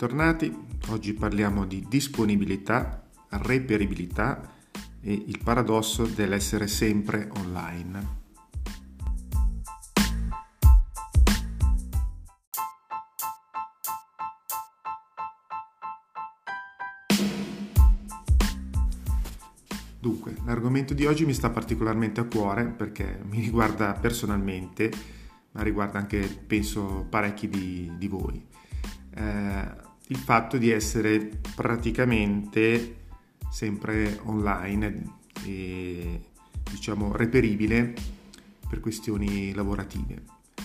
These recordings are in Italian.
Bentornati, oggi parliamo di disponibilità, reperibilità e il paradosso dell'essere sempre online. Dunque, l'argomento di oggi mi sta particolarmente a cuore perché mi riguarda personalmente, ma riguarda anche, penso, parecchi di voi. Il fatto di essere praticamente sempre online e, diciamo, reperibile per questioni lavorative.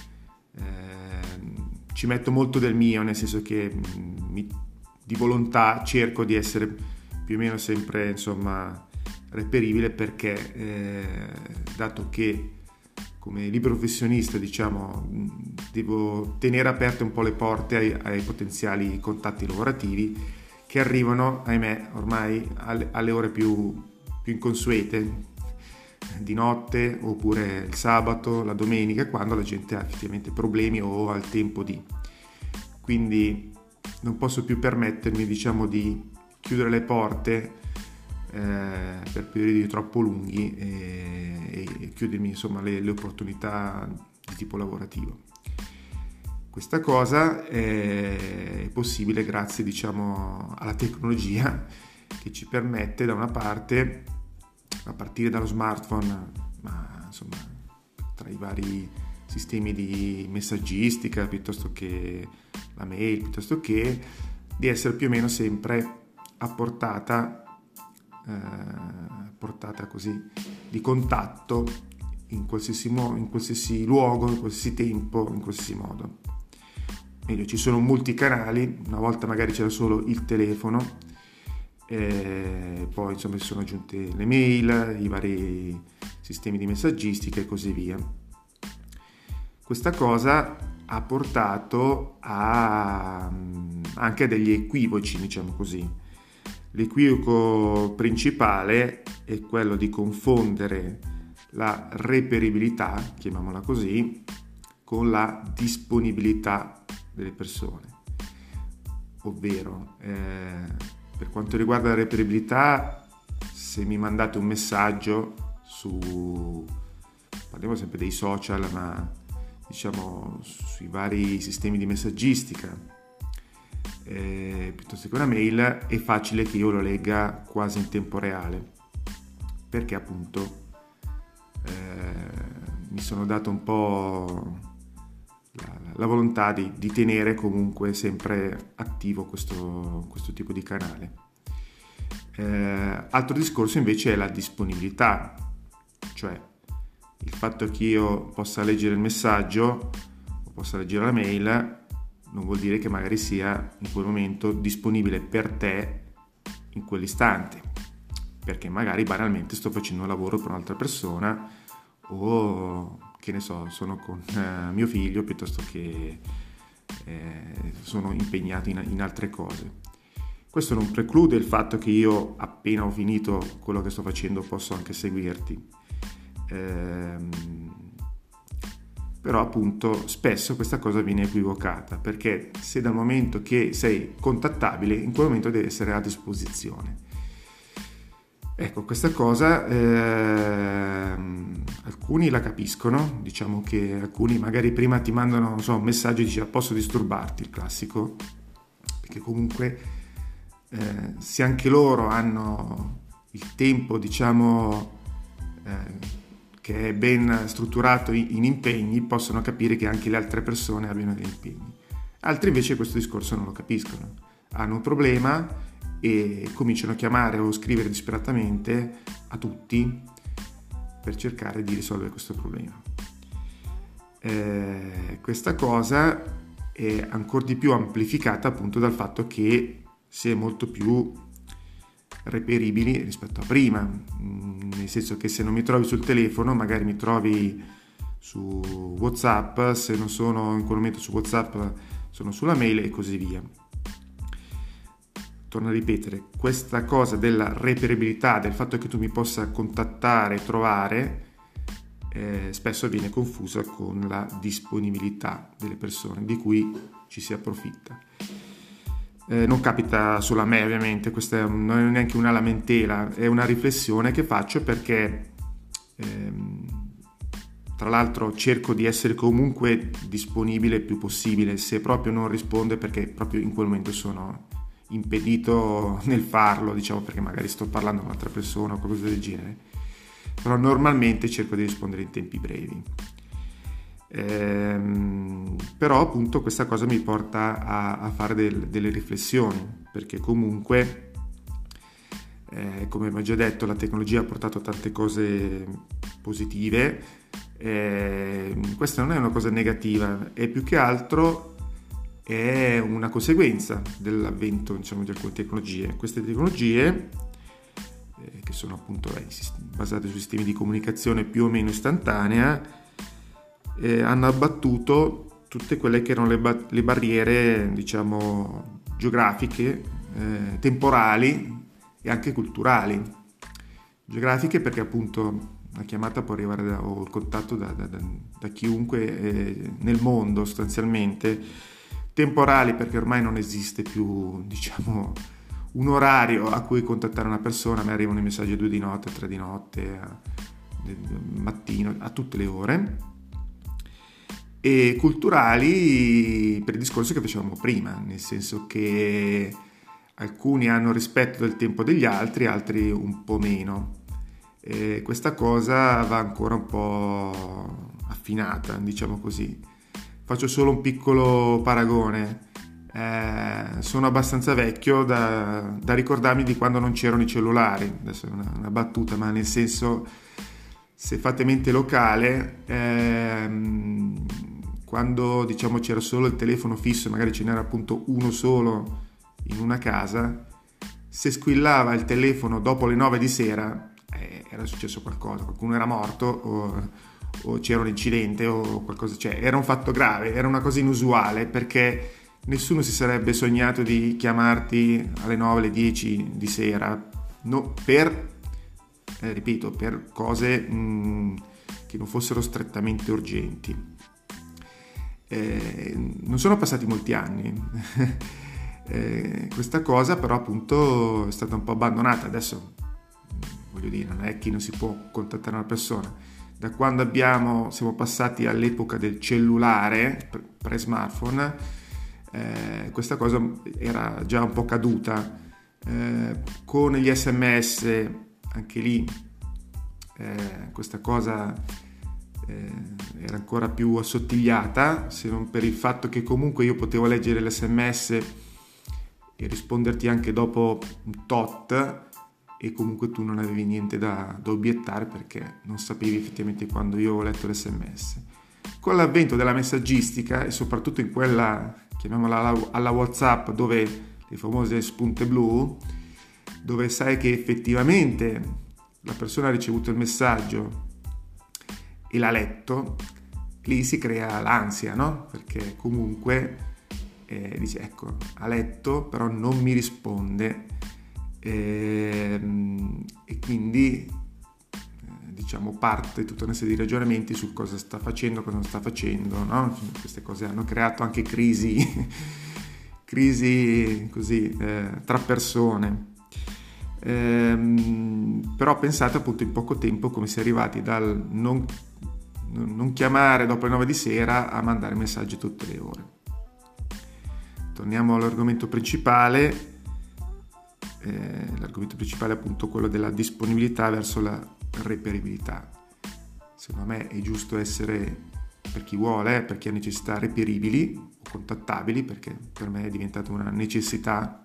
Ci metto molto del mio, nel senso che di volontà cerco di essere più o meno sempre, insomma, reperibile perché dato che come libero professionista, diciamo, devo tenere aperte un po' le porte ai potenziali contatti lavorativi che arrivano, ahimè, ormai alle ore più inconsuete, di notte oppure il sabato, la domenica, quando la gente ha effettivamente problemi o ha il tempo di. Quindi non posso più permettermi, diciamo, di chiudere le porte per periodi troppo lunghi e chiudermi, insomma, le opportunità di tipo lavorativo. Questa cosa è possibile grazie, diciamo, alla tecnologia che ci permette da una parte, a partire dallo smartphone, ma insomma tra i vari sistemi di messaggistica piuttosto che la mail, piuttosto che di essere più o meno sempre a portata così di contatto in qualsiasi luogo, in qualsiasi tempo, in qualsiasi modo. Meglio, ci sono molti canali, una volta magari c'era solo il telefono, poi insomma si sono aggiunte le mail, i vari sistemi di messaggistica e così via. Questa cosa ha portato anche a degli equivoci, diciamo così. L'equivoco principale è quello di confondere la reperibilità, chiamiamola così, con la disponibilità delle persone. Ovvero, per quanto riguarda la reperibilità, se mi mandate un messaggio parliamo sempre dei social, ma diciamo sui vari sistemi di messaggistica, piuttosto che una mail, è facile che io lo legga quasi in tempo reale, perché appunto mi sono dato un po' la volontà di tenere comunque sempre attivo questo tipo di canale. Altro discorso invece è la disponibilità, cioè il fatto che io possa leggere il messaggio o possa leggere la mail non vuol dire che magari sia in quel momento disponibile per te in quell'istante, perché magari banalmente sto facendo un lavoro per un'altra persona o che ne so, sono con mio figlio piuttosto che sono impegnato in altre cose. Questo non preclude il fatto che io appena ho finito quello che sto facendo posso anche seguirti. Però appunto spesso questa cosa viene equivocata, perché se dal momento che sei contattabile, in quel momento devi essere a disposizione. Ecco, questa cosa alcuni la capiscono, diciamo che alcuni magari prima ti mandano, non so, un messaggio e dici posso disturbarti, il classico, perché comunque se anche loro hanno il tempo, diciamo, che è ben strutturato in impegni, possono capire che anche le altre persone abbiano degli impegni. Altri invece questo discorso non lo capiscono, hanno un problema e cominciano a chiamare o scrivere disperatamente a tutti per cercare di risolvere questo problema. Questa cosa è ancora di più amplificata appunto dal fatto che si è molto più reperibili rispetto a prima, nel senso che se non mi trovi sul telefono magari mi trovi su WhatsApp, se non sono in quel momento su WhatsApp sono sulla mail e così via. Torno a ripetere, questa cosa della reperibilità, del fatto che tu mi possa contattare e trovare, spesso viene confusa con la disponibilità delle persone di cui ci si approfitta. Non capita solo a me, ovviamente, questa non è neanche una lamentela, è una riflessione che faccio perché tra l'altro cerco di essere comunque disponibile il più possibile. Se proprio non risponde, perché proprio in quel momento sono impedito nel farlo, diciamo, perché magari sto parlando con un'altra persona o qualcosa del genere, però normalmente cerco di rispondere in tempi brevi. Però appunto questa cosa mi porta a fare delle riflessioni, perché comunque come ho già detto, la tecnologia ha portato tante cose positive. Questa non è una cosa negativa, è più che altro è una conseguenza dell'avvento, diciamo, di alcune tecnologie. Queste tecnologie che sono appunto basate su sistemi di comunicazione più o meno istantanea, hanno abbattuto tutte quelle che erano le barriere, diciamo, geografiche, temporali e anche culturali. Geografiche perché appunto la chiamata può arrivare o il contatto da chiunque nel mondo sostanzialmente. Temporali perché ormai non esiste più, diciamo, un orario a cui contattare una persona, mi arrivano i messaggi a 2 di notte, 3 di notte, mattino, a tutte le ore. E culturali per il discorso che facevamo prima, nel senso che alcuni hanno rispetto del tempo degli altri, altri un po' meno. E questa cosa va ancora un po' affinata, diciamo così. Faccio solo un piccolo paragone. Sono abbastanza vecchio da ricordarmi di quando non c'erano i cellulari. Adesso è una battuta, ma nel senso, se fate mente locale, quando diciamo c'era solo il telefono fisso, magari ce n'era appunto uno solo in una casa, se squillava il telefono dopo le 9 di sera era successo qualcosa, qualcuno era morto o c'era un incidente o qualcosa, cioè era un fatto grave, era una cosa inusuale, perché nessuno si sarebbe sognato di chiamarti alle 9, alle 10 di sera, no, ripeto, per cose che non fossero strettamente urgenti. Non sono passati molti anni. Questa cosa però appunto è stata un po' abbandonata. Adesso voglio dire, non è che non si può contattare una persona. Da quando siamo passati all'epoca del cellulare pre-smartphone, questa cosa era già un po' caduta. Con gli SMS anche lì questa cosa era ancora più assottigliata, se non per il fatto che comunque io potevo leggere l'SMS e risponderti anche dopo un tot, e comunque tu non avevi niente da obiettare perché non sapevi effettivamente quando io avevo letto l'SMS. Con l'avvento della messaggistica e soprattutto in quella, chiamiamola alla WhatsApp, dove le famose spunte blu, dove sai che effettivamente la persona ha ricevuto il messaggio e l'ha letto, lì si crea l'ansia, no? Perché comunque dice, ecco, ha letto però non mi risponde, e quindi diciamo parte tutta una serie di ragionamenti su cosa sta facendo, cosa non sta facendo, no? Queste cose hanno creato anche crisi così tra persone. Però pensate appunto in poco tempo come si è arrivati dal non chiamare dopo le 9 di sera a mandare messaggi tutte le ore. Torniamo all'argomento principale. L'argomento principale è appunto quello della disponibilità verso la reperibilità. Secondo me è giusto essere, per chi vuole, per chi ha necessità, reperibili o contattabili, perché per me è diventata una necessità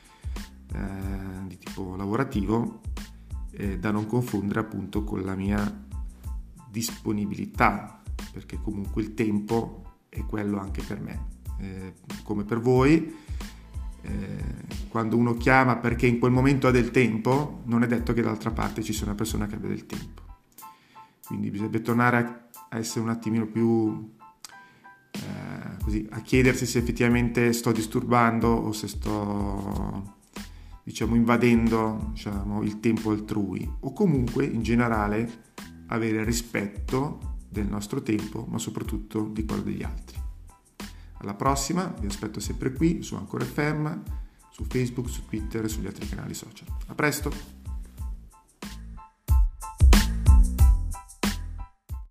di tipo lavorativo, da non confondere appunto con la mia disponibilità, perché comunque il tempo è quello anche per me, come per voi. Quando uno chiama perché in quel momento ha del tempo, non è detto che dall'altra parte ci sia una persona che abbia del tempo. Quindi bisogna tornare a essere un attimino più così, a chiedersi se effettivamente sto disturbando o se sto, diciamo, invadendo, diciamo, il tempo altrui, o comunque in generale avere rispetto del nostro tempo, ma soprattutto di quello degli altri. Alla prossima, vi aspetto sempre qui su Anchor FM, su Facebook, su Twitter e sugli altri canali social. A presto!